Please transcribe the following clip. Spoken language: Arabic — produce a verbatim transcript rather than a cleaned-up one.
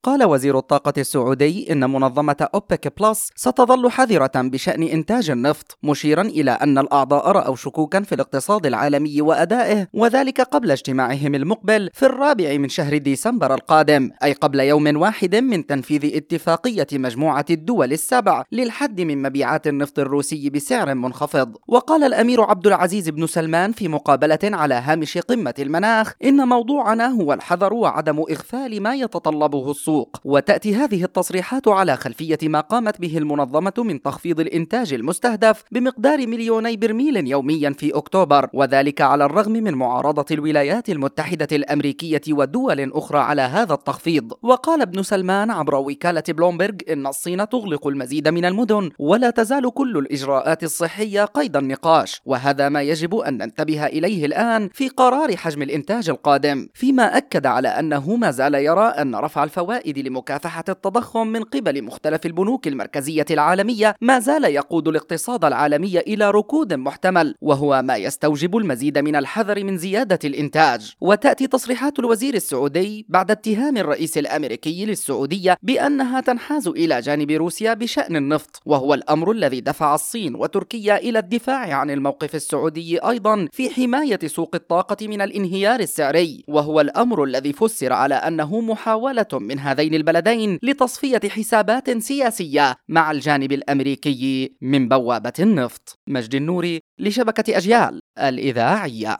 قال وزير الطاقة السعودي إن منظمة أوبك بلس ستظل حذرة بشأن إنتاج النفط، مشيرا إلى أن الأعضاء رأوا شكوكا في الاقتصاد العالمي وأدائه، وذلك قبل اجتماعهم المقبل في الرابع من شهر ديسمبر القادم، أي قبل يوم واحد من تنفيذ اتفاقية مجموعة الدول السبع للحد من مبيعات النفط الروسي بسعر منخفض. وقال الأمير عبد العزيز بن سلمان في مقابلة على هامش قمة المناخ إن موضوعنا هو الحذر وعدم إغفال ما يتطلبه السوق. وتأتي هذه التصريحات على خلفية ما قامت به المنظمة من تخفيض الإنتاج المستهدف بمقدار مليوني برميل يوميا في أكتوبر، وذلك على الرغم من معارضة الولايات المتحدة الأمريكية ودول أخرى على هذا التخفيض. وقال ابن سلمان عبر وكالة بلومبرغ إن الصين تغلق المزيد من المدن ولا تزال كل الإجراءات الصحية قيد النقاش، وهذا ما يجب أن ننتبه إليه الآن في قرار حجم الإنتاج القادم، فيما أكد على أنه ما زال يرى أن رفع الفوائد لمكافحة التضخم من قبل مختلف البنوك المركزية العالمية ما زال يقود الاقتصاد العالمي إلى ركود محتمل، وهو ما يستوجب المزيد من الحذر من زيادة الإنتاج. وتأتي تصريحات الوزير السعودي بعد اتهام الرئيس الأمريكي للسعودية بأنها تنحاز إلى جانب روسيا بشأن النفط، وهو الأمر الذي دفع الصين وتركيا إلى الدفاع عن الموقف السعودي أيضا في حماية سوق الطاقة من الانهيار السعري، وهو الأمر الذي فسر على أنه محاولة من هذين البلدين لتصفية حسابات سياسية مع الجانب الأمريكي من بوابة النفط. مجد النوري لشبكة أجيال الإذاعية.